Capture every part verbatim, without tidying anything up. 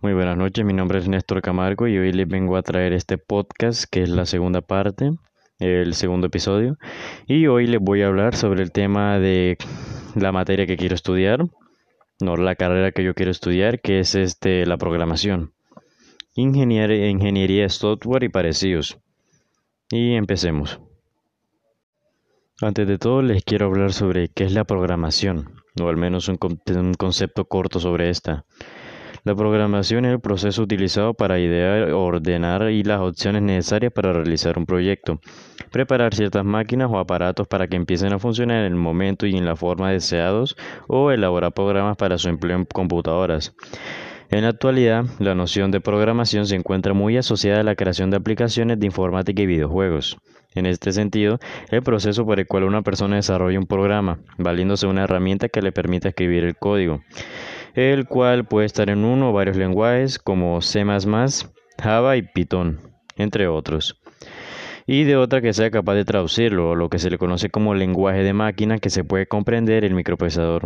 Muy buenas noches, mi nombre es Néstor Camargo y hoy les vengo a traer este podcast que es la segunda parte, el segundo episodio. Y hoy les voy a hablar sobre el tema de la materia que quiero estudiar, no la carrera que yo quiero estudiar, que es este, la programación, ingeniería, ingeniería de software y parecidos. Y empecemos. Antes de todo les quiero hablar sobre qué es la programación, o al menos un, con- un concepto corto sobre esta. La programación es el proceso utilizado para idear, ordenar y las opciones necesarias para realizar un proyecto, preparar ciertas máquinas o aparatos para que empiecen a funcionar en el momento y en la forma deseados o elaborar programas para su empleo en computadoras. En la actualidad, la noción de programación se encuentra muy asociada a la creación de aplicaciones de informática y videojuegos. En este sentido, el proceso por el cual una persona desarrolla un programa, valiéndose de una herramienta que le permita escribir el código, el cual puede estar en uno o varios lenguajes como C++, Java y Python, entre otros, y de otra que sea capaz de traducirlo, o lo que se le conoce como lenguaje de máquina que se puede comprender el microprocesador.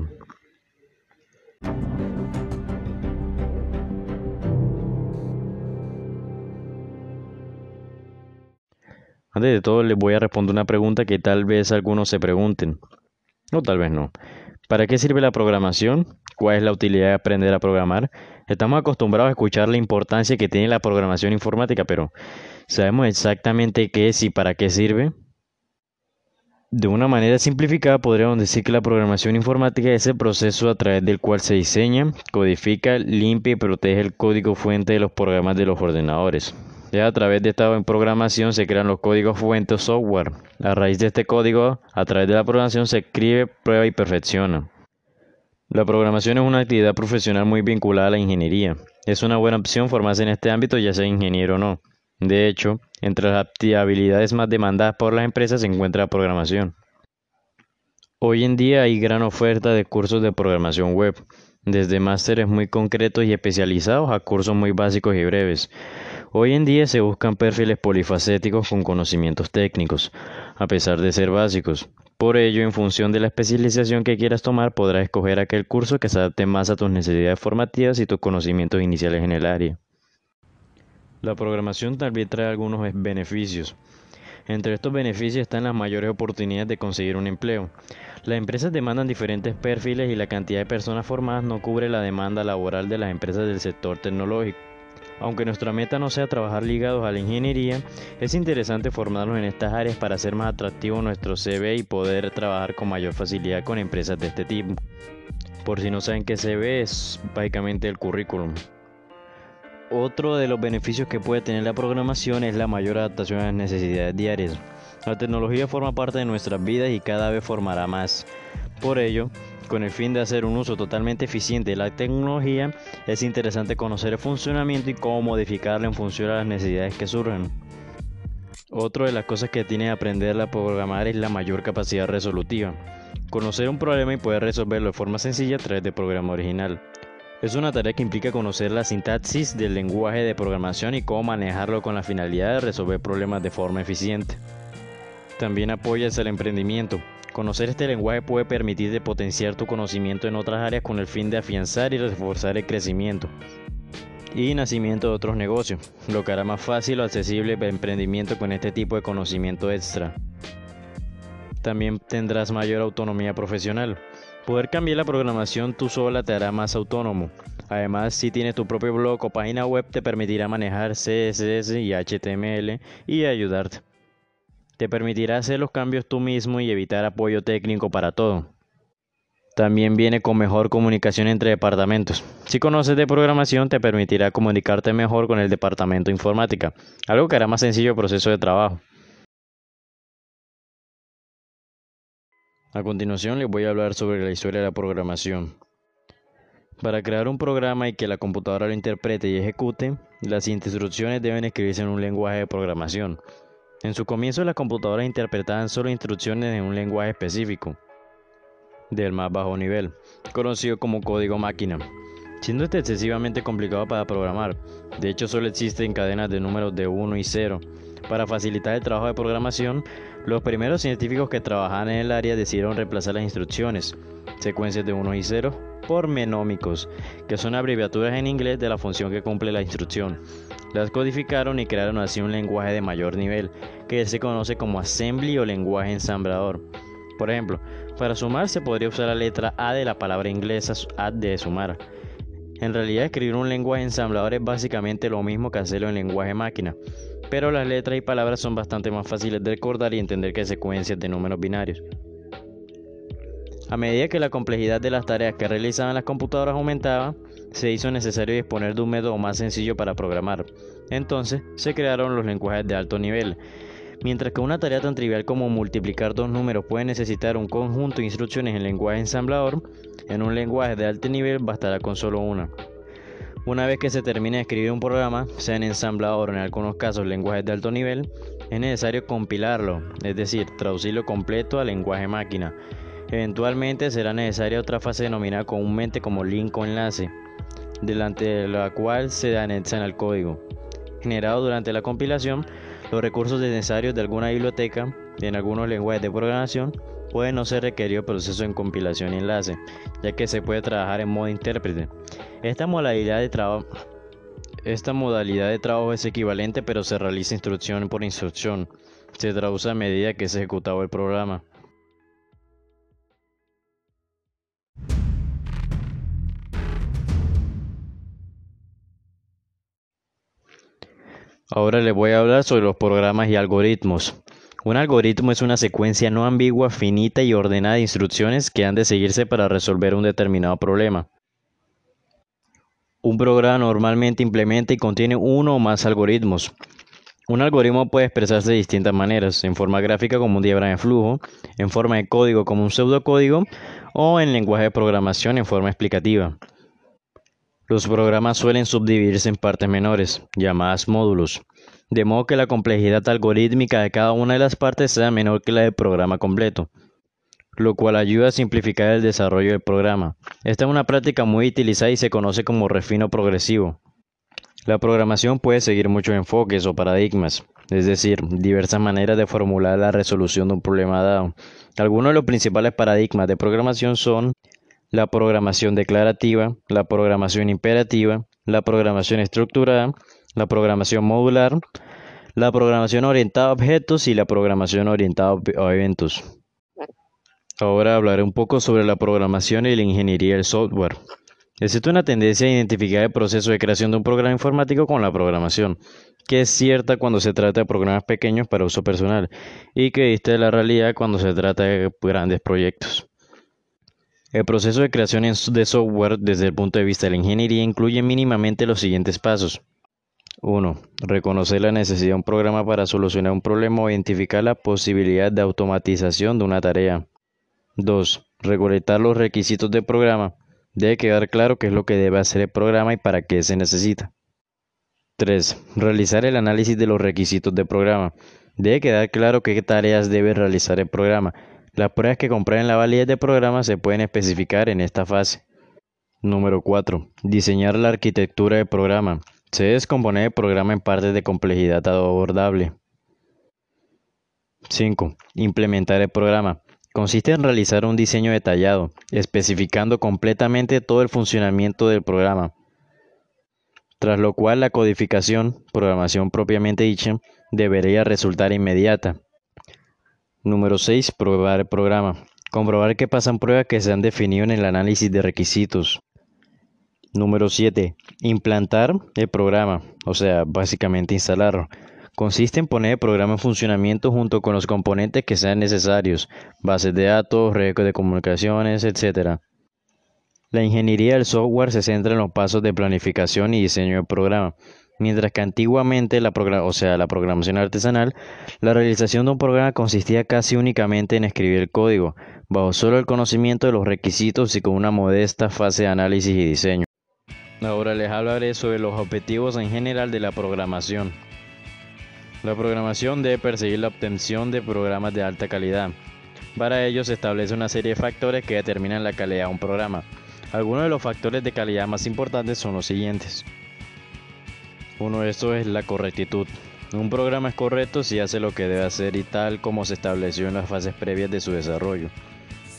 Antes de todo, les voy a responder una pregunta que tal vez algunos se pregunten, o tal vez no. ¿Para qué sirve la programación? ¿Cuál es la utilidad de aprender a programar? Estamos acostumbrados a escuchar la importancia que tiene la programación informática, pero ¿sabemos exactamente qué es y para qué sirve? De una manera simplificada, podríamos decir que la programación informática es el proceso a través del cual se diseña, codifica, limpia y protege el código fuente de los programas de los ordenadores. Ya a través de esta programación se crean los códigos fuentes o software. A raíz de este código, a través de la programación se escribe, prueba y perfecciona. La programación es una actividad profesional muy vinculada a la ingeniería. Es una buena opción formarse en este ámbito, ya sea ingeniero o no. De hecho, entre las habilidades más demandadas por las empresas se encuentra la programación. Hoy en día hay gran oferta de cursos de programación web, desde másteres muy concretos y especializados a cursos muy básicos y breves. Hoy en día se buscan perfiles polifacéticos con conocimientos técnicos, a pesar de ser básicos. Por ello, en función de la especialización que quieras tomar, podrás escoger aquel curso que se adapte más a tus necesidades formativas y tus conocimientos iniciales en el área. La programación también trae algunos beneficios. Entre estos beneficios están las mayores oportunidades de conseguir un empleo. Las empresas demandan diferentes perfiles y la cantidad de personas formadas no cubre la demanda laboral de las empresas del sector tecnológico. Aunque nuestra meta no sea trabajar ligados a la ingeniería, es interesante formarnos en estas áreas para hacer más atractivo nuestro C V y poder trabajar con mayor facilidad con empresas de este tipo. Por si no saben qué C V es, básicamente el currículum. Otro de los beneficios que puede tener la programación es la mayor adaptación a las necesidades diarias. La tecnología forma parte de nuestras vidas y cada vez formará más. Por ello, con el fin de hacer un uso totalmente eficiente de la tecnología, es interesante conocer el funcionamiento y cómo modificarla en función a las necesidades que surjan. Otra de las cosas que tiene que aprender a programar es la mayor capacidad resolutiva. Conocer un problema y poder resolverlo de forma sencilla a través del programa original. Es una tarea que implica conocer la sintaxis del lenguaje de programación y cómo manejarlo con la finalidad de resolver problemas de forma eficiente. También apoyas el emprendimiento. Conocer este lenguaje puede permitirte potenciar tu conocimiento en otras áreas con el fin de afianzar y reforzar el crecimiento y nacimiento de otros negocios, lo que hará más fácil o accesible el emprendimiento con este tipo de conocimiento extra. También tendrás mayor autonomía profesional. Poder cambiar la programación tú sola te hará más autónomo. Además, si tienes tu propio blog o página web, te permitirá manejar C S S y H T M L y ayudarte. Te permitirá hacer los cambios tú mismo y evitar apoyo técnico para todo. También viene con mejor comunicación entre departamentos. Si conoces de programación, te permitirá comunicarte mejor con el departamento de informática, algo que hará más sencillo el proceso de trabajo. A continuación les voy a hablar sobre la historia de la programación. Para crear un programa y que la computadora lo interprete y ejecute, las instrucciones deben escribirse en un lenguaje de programación. En su comienzo, las computadoras interpretaban solo instrucciones en un lenguaje específico, del más bajo nivel, conocido como código máquina, siendo este excesivamente complicado para programar. De hecho, solo existen cadenas de números de uno y cero. Para facilitar el trabajo de programación, los primeros científicos que trabajaban en el área decidieron reemplazar las instrucciones, secuencias de uno y cero, pormenómicos, que son abreviaturas en inglés de la función que cumple la instrucción. Las codificaron y crearon así un lenguaje de mayor nivel, que se conoce como assembly o lenguaje ensamblador. Por ejemplo, para sumar se podría usar la letra A de la palabra inglesa add de sumar. En realidad, escribir un lenguaje ensamblador es básicamente lo mismo que hacerlo en lenguaje máquina, pero las letras y palabras son bastante más fáciles de recordar y entender que secuencias de números binarios. A medida que la complejidad de las tareas que realizaban las computadoras aumentaba, se hizo necesario disponer de un método más sencillo para programar. Entonces, se crearon los lenguajes de alto nivel. Mientras que una tarea tan trivial como multiplicar dos números puede necesitar un conjunto de instrucciones en lenguaje ensamblador, en un lenguaje de alto nivel bastará con solo una. Una vez que se termine de escribir un programa, sea en ensamblador o en algunos casos lenguajes de alto nivel, es necesario compilarlo, es decir, traducirlo completo al lenguaje máquina. Eventualmente será necesaria otra fase denominada comúnmente como link o enlace, delante de la cual se anexa el código generado durante la compilación. Los recursos necesarios de alguna biblioteca en algunos lenguajes de programación pueden no ser requeridos proceso en compilación y enlace, ya que se puede trabajar en modo intérprete. Esta modalidad de trabajo Esta modalidad de trabajo es equivalente, pero se realiza instrucción por instrucción. Se traduce a medida que es ejecutado el programa. Ahora les voy a hablar sobre los programas y algoritmos. Un algoritmo es una secuencia no ambigua, finita y ordenada de instrucciones que han de seguirse para resolver un determinado problema. Un programa normalmente implementa y contiene uno o más algoritmos. Un algoritmo puede expresarse de distintas maneras, en forma gráfica como un diagrama de flujo, en forma de código como un pseudocódigo o en lenguaje de programación en forma explicativa. Los programas suelen subdividirse en partes menores, llamadas módulos, de modo que la complejidad algorítmica de cada una de las partes sea menor que la del programa completo, lo cual ayuda a simplificar el desarrollo del programa. Esta es una práctica muy utilizada y se conoce como refino progresivo. La programación puede seguir muchos enfoques o paradigmas, es decir, diversas maneras de formular la resolución de un problema dado. Algunos de los principales paradigmas de programación son la programación declarativa, la programación imperativa, la programación estructurada, la programación modular, la programación orientada a objetos y la programación orientada a eventos. Ahora hablaré un poco sobre la programación y la ingeniería del software. Existe una tendencia a identificar el proceso de creación de un programa informático con la programación, que es cierta cuando se trata de programas pequeños para uso personal y que dista de la realidad cuando se trata de grandes proyectos. El proceso de creación de software desde el punto de vista de la ingeniería incluye mínimamente los siguientes pasos. uno. Reconocer la necesidad de un programa para solucionar un problema o identificar la posibilidad de automatización de una tarea. dos. Recolectar los requisitos del programa. Debe quedar claro qué es lo que debe hacer el programa y para qué se necesita. tres. Realizar el análisis de los requisitos del programa. Debe quedar claro qué tareas debe realizar el programa. Las pruebas que comprueben la validez del programa se pueden especificar en esta fase. Número cuatro. Diseñar la arquitectura del programa. Se debe descomponer el programa en partes de complejidad abordable. cinco. Implementar el programa. Consiste en realizar un diseño detallado, especificando completamente todo el funcionamiento del programa, tras lo cual la codificación, programación propiamente dicha, debería resultar inmediata. Número seis. Probar el programa. Comprobar que pasan pruebas que se han definido en el análisis de requisitos. Número siete. Implantar el programa, o sea, básicamente instalarlo. Consiste en poner el programa en funcionamiento junto con los componentes que sean necesarios, bases de datos, redes de comunicaciones, etcétera. La ingeniería del software se centra en los pasos de planificación y diseño del programa. Mientras que antiguamente, la o sea, la programación artesanal, la realización de un programa consistía casi únicamente en escribir el código, bajo solo el conocimiento de los requisitos y con una modesta fase de análisis y diseño. Ahora les hablaré sobre los objetivos en general de la programación. La programación debe perseguir la obtención de programas de alta calidad. Para ello se establece una serie de factores que determinan la calidad de un programa. Algunos de los factores de calidad más importantes son los siguientes. Uno de estos es la correctitud. Un programa es correcto si hace lo que debe hacer y tal como se estableció en las fases previas de su desarrollo.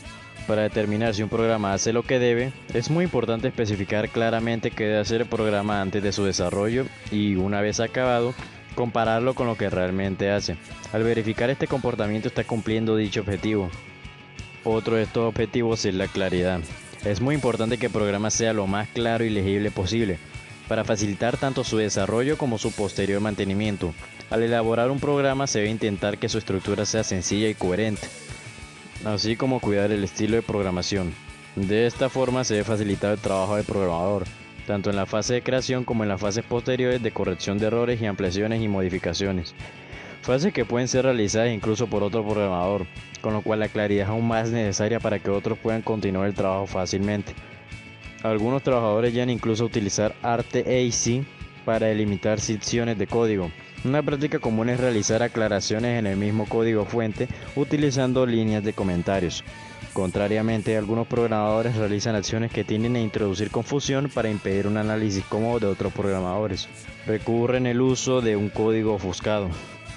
Para determinar si un programa hace lo que debe, es muy importante especificar claramente qué debe hacer el programa antes de su desarrollo y, una vez acabado, compararlo con lo que realmente hace. Al verificar este comportamiento está cumpliendo dicho objetivo. Otro de estos objetivos es la claridad. Es muy importante que el programa sea lo más claro y legible posible, para facilitar tanto su desarrollo como su posterior mantenimiento. Al elaborar un programa se debe intentar que su estructura sea sencilla y coherente, así como cuidar el estilo de programación. De esta forma se debe facilitar el trabajo del programador, tanto en la fase de creación como en las fases posteriores de corrección de errores y ampliaciones y modificaciones. Fases que pueden ser realizadas incluso por otro programador, con lo cual la claridad es aún más necesaria para que otros puedan continuar el trabajo fácilmente. Algunos trabajadores llegan incluso a utilizar ArtAC para delimitar secciones de código. Una práctica común es realizar aclaraciones en el mismo código fuente utilizando líneas de comentarios. Contrariamente, algunos programadores realizan acciones que tienden a introducir confusión para impedir un análisis cómodo de otros programadores. Recurren el uso de un código ofuscado.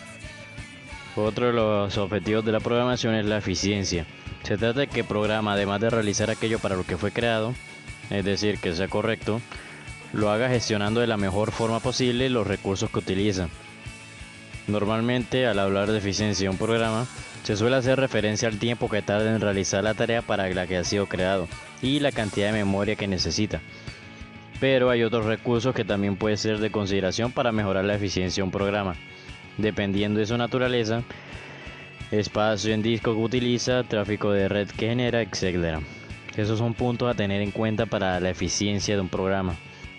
Otro de los objetivos de la programación es la eficiencia. Se trata de que el programa, además de realizar aquello para lo que fue creado, es decir, que sea correcto, lo haga gestionando de la mejor forma posible los recursos que utiliza. Normalmente, al hablar de eficiencia de un programa, se suele hacer referencia al tiempo que tarda en realizar la tarea para la que ha sido creado y la cantidad de memoria que necesita. Pero hay otros recursos que también pueden ser de consideración para mejorar la eficiencia de un programa, dependiendo de su naturaleza, espacio en disco que utiliza, tráfico de red que genera, etcétera. Esos son puntos a tener en cuenta para la eficiencia de un programa.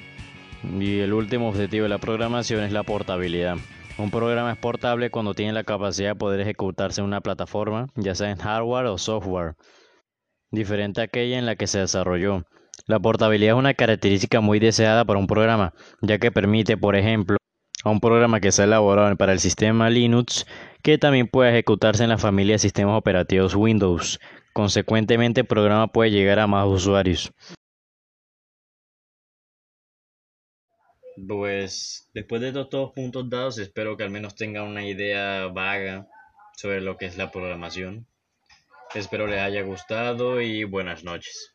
Y el último objetivo de la programación es la portabilidad. Un programa es portable cuando tiene la capacidad de poder ejecutarse en una plataforma, ya sea en hardware o software, diferente a aquella en la que se desarrolló. La portabilidad es una característica muy deseada para un programa, ya que permite, por ejemplo, a un programa que sea elaborado para el sistema Linux, que también pueda ejecutarse en la familia de sistemas operativos Windows. Consecuentemente, el programa puede llegar a más usuarios. Pues después de estos todos puntos dados, espero que al menos tengan una idea vaga sobre lo que es la programación. Espero les haya gustado y buenas noches.